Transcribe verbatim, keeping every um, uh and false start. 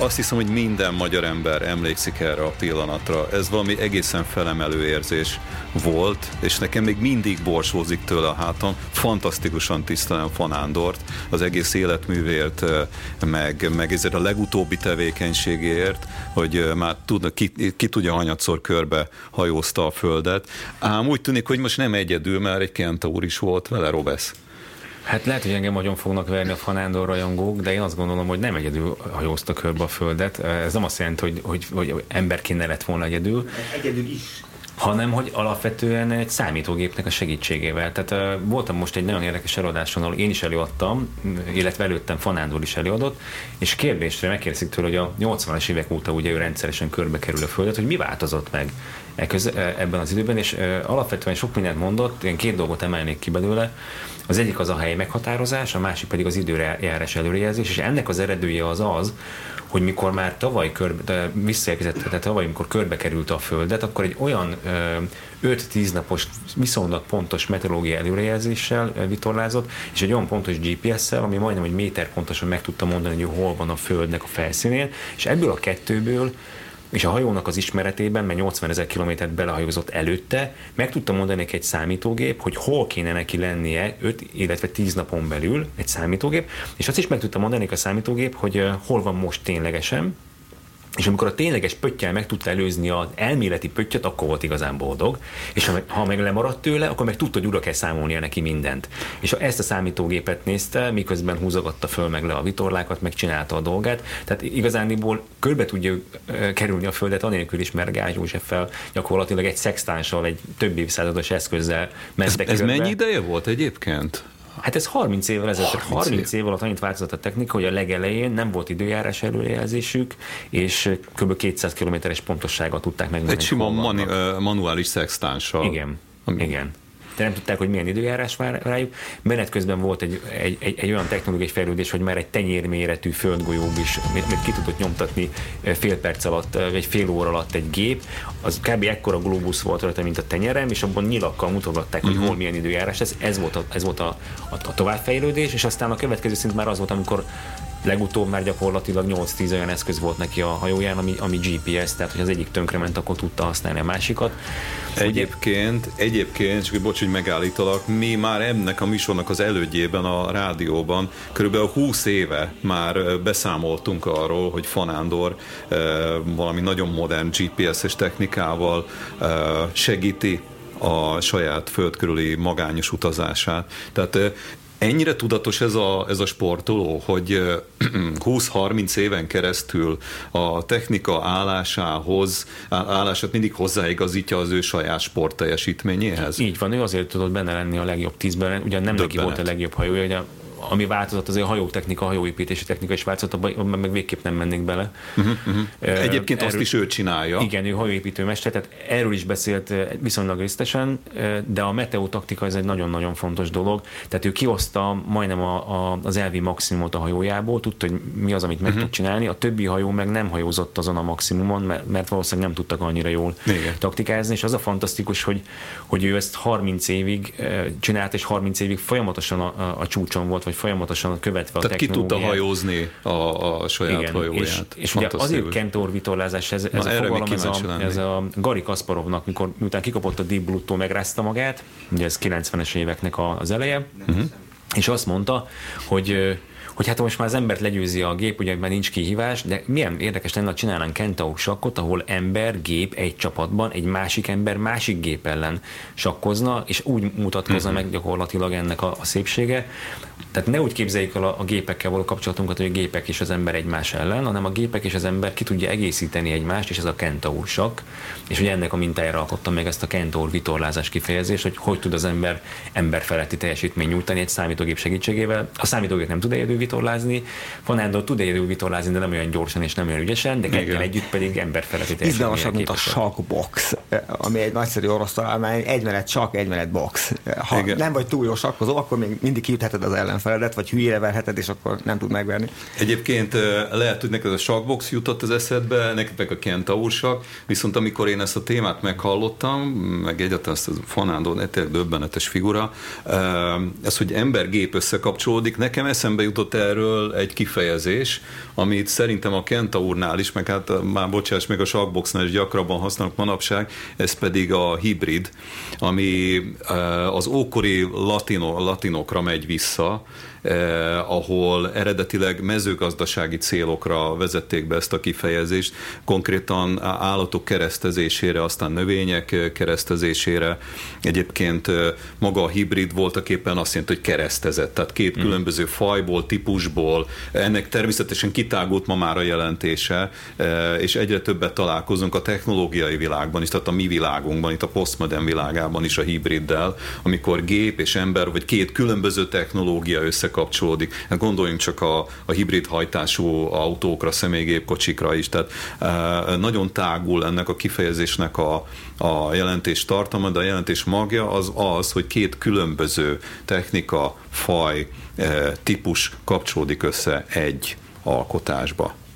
azt hiszem, hogy minden magyar ember emlékszik erre a pillanatra. Ez valami egészen felemelő érzés volt, és nekem még mindig borsózik tőle a hátam. Fantasztikusan tisztelem Fanándort, az egész életművért, meg, meg ezért a legutóbbi tevékenységért, hogy már tud, ki, ki tudja, hanyatszor körbe hajózta a földet. Ám úgy tűnik, hogy most nem egyedül, mert egy kentaur is volt vele, Robesz. Hát lehet, hogy engem nagyon fognak verni a Fanándor rajongók, de én azt gondolom, hogy nem egyedül hajózta körbe a földet. Ez nem azt jelenti, hogy, hogy, hogy emberként ne lett volna egyedül. Egyedül is. Hanem, hogy alapvetően egy számítógépnek a segítségével. Tehát uh, voltam most egy nagyon érdekes előadáson, ahol én is előadtam, illetve előttem Fanándor is előadott, és kérdésre megkérdezik tőle, hogy a nyolcvanas évek óta ugye ő rendszeresen körbe kerül a földet, hogy mi változott meg e köz, ebben az időben, és uh, alapvetően sok mindent mondott, én két dolgot emelnék ki belőle. Az egyik az a hely meghatározás, a másik pedig az időjárás előrejelzés, és ennek az eredője az az, hogy mikor már tavaly körbe, visszaérkezett, tehát tavaly, amikor körbe került a Földet, akkor egy olyan öt-tíz napos viszonylag pontos meteorológiai előrejelzéssel vitorlázott, és egy olyan pontos gé pé es-szel, ami majdnem egy méter pontosan meg tudta mondani, hogy hol van a Földnek a felszínén, és ebből a kettőből és a hajónak az ismeretében, mert nyolcvanezer kilométert belehajózott előtte, meg tudta mondani neki egy számítógép, hogy hol kéne neki lennie öt, illetve tíz napon belül egy számítógép, és azt is meg tudta mondani neki a számítógép, hogy uh, hol van most ténylegesen, és amikor a tényleges pöttyel meg tudta előzni az elméleti pöttyöt, akkor volt igazán boldog, és ha meg, ha meg lemaradt tőle, akkor meg tudta, hogy újra kell számolnia neki mindent. És ezt a számítógépet nézte, miközben húzogatta föl meg le a vitorlákat, megcsinálta a dolgát, tehát igazániból körbe tudja kerülni a Földet anélkül is, mert Gágy Józseffel gyakorlatilag egy szextánssal, egy több évszázados eszközzel mentek Ez, ez körbe. mennyi ideje volt egyébként? Hát ez harminc évvel ezelőtt, harminc év alatt annyit változott a technika, hogy a legelején nem volt időjárás előrejelzésük, és kb. kétszáz kilométeres pontossággal tudták megmondani. Egy sima mani, uh, manuális szextánssal. Igen, ami... igen. De nem tudták, hogy milyen időjárás vár rájuk. Menet közben volt egy, egy, egy, egy olyan technológiai fejlődés, hogy már egy tenyérméretű földgolyóbb is, mit ki tudott nyomtatni fél perc alatt, vagy fél óra alatt egy gép. Az kb. Ekkora glóbusz volt rajta, mint a tenyerem, és abban nyilakkal mutogatták, hogy uh-huh. hol milyen időjárás. Ez, ez volt, a, ez volt a, a, a továbbfejlődés, és aztán a következő szint már az volt, amikor legutóbb már gyakorlatilag nyolc-tíz olyan eszköz volt neki a hajóján, ami, ami gé pé es, tehát hogy az egyik tönkrement, akkor tudta használni a másikat. Egyébként, egyébként, csak bocs, hogy megállítalak, mi már ennek a műsornak az elődjében a rádióban körülbelül húsz éve már beszámoltunk arról, hogy Fanándor eh, valami nagyon modern gé pé es-es technikával eh, segíti a saját föld körüli magányos utazását. Tehát eh, ennyire tudatos ez a, ez a sportoló, hogy húsz-harminc éven keresztül a technika állásához, állását mindig hozzáigazítja az ő saját sport teljesítményéhez. Így van, ő azért tudott benne lenni a legjobb tízben, ugyan nem neki volt a legjobb hajója, ugye ami változott, azért a hajótechnika, a hajóépítési technika is változott, abban meg végképp nem mennék bele. Uh-huh, uh-huh. Egyébként erről, azt is ő csinálja. Igen, ő hajóépítőmester, tehát erről is beszélt viszonylag részletesen, de a meteotaktika ez egy nagyon-nagyon fontos dolog. Tehát ő kihozta majdnem a, a, az elvi maximumot a hajójából, tudta, hogy mi az, amit meg uh-huh. tud csinálni. A többi hajó meg nem hajózott azon a maximumon, mert, mert valószínűleg nem tudtak annyira jól igen. taktikázni, és az a fantasztikus, hogy, hogy ő ezt harminc évig csinált, és harminc évig folyamatosan a, a, a csúcson volt, vagy folyamatosan követve tehát a technológiát. Tehát ki tudta hajózni a, a saját igen, hajóját. És, és ugye azért kentaur vitorlázás, ez, ez a fogalom, ez a, ez a Garry Kasparovnak, mikor miután kikapott a Deep Blue-tól, megrázta magát, ugye ez kilencvenes éveknek az eleje, uh-huh. és azt mondta, hogy hogy hát most már az embert legyőzi a gép, ugye már nincs kihívás, de milyen érdekes lenne, ha csinálnánk kentaur sakkot, ahol ember, gép egy csapatban, egy másik ember másik gép ellen sakkozna, és úgy mutatkozna uh-huh. meg gyakorlatilag ennek a, a szépsége. Tehát ne úgy képzeljük el a, a gépekkel való kapcsolatunkat, hogy a gépek és az ember egymás ellen, hanem a gépek és az ember ki tudja egészíteni egymást, és ez a kentaur sakk. És ugye ennek a mintájára alkottam meg ezt a kentaur vitorlázás kifejezést, hogy hogy tud az ember emberfeletti teljesítmény nyújtani egy számítógép segítségével. A számítógép nem tud egyedül vitorlázni, Fanándor tud egyedül vitorlázni, de nem olyan gyorsan és nem olyan ügyesen, de ketten együtt pedig emberfeletti teljesítmény. Izgalmasabb, mint a sakkbox, ami egy nagyszerű orosz találmány, egy menet sakk, egy menet box. Ha igen. nem vagy túl jó sakkozó, akkor még mindig kiütheted az ellenfeledet, vagy hülyére verheted, és akkor nem tud megverni. Egyébként lehet, hogy neked a sakkbox jutott az eszedbe, neked meg a kentaur sakk, viszont amikor én ezt a témát meghallottam, meg egyáltalán ezt a Fanándor, tényleg döbbenetes figura, ez, hogy ember-gép összekapcsolódik, nekem eszembe jutott elhangzott erről egy kifejezés, amit szerintem a Kentaurnál is, meg hát már bocsáss, meg a Sharkboxnál is gyakrabban használnak manapság, ez pedig a hibrid, ami az ókori latino, latinokra megy vissza, Eh, ahol eredetileg mezőgazdasági célokra vezették be ezt a kifejezést, konkrétan állatok keresztezésére, aztán növények keresztezésére. Egyébként eh, maga a hibrid voltaképpen azt jelenti, hogy keresztezett, tehát két hmm. különböző fajból, típusból, ennek természetesen kitágult ma már a jelentése, eh, és egyre többet találkozunk a technológiai világban is, tehát a mi világunkban, itt a posztmodern világában is a hibriddel, amikor gép és ember, vagy két különböző technológia össze kapcsolódik. Hát gondoljunk csak a, a hibrid hajtású autókra, személygépkocsikra is, tehát e, nagyon tágul ennek a kifejezésnek a, a jelentés tartalma, de a jelentés magja az az, hogy két különböző technika, faj, e, típus kapcsolódik össze egy alkotásba.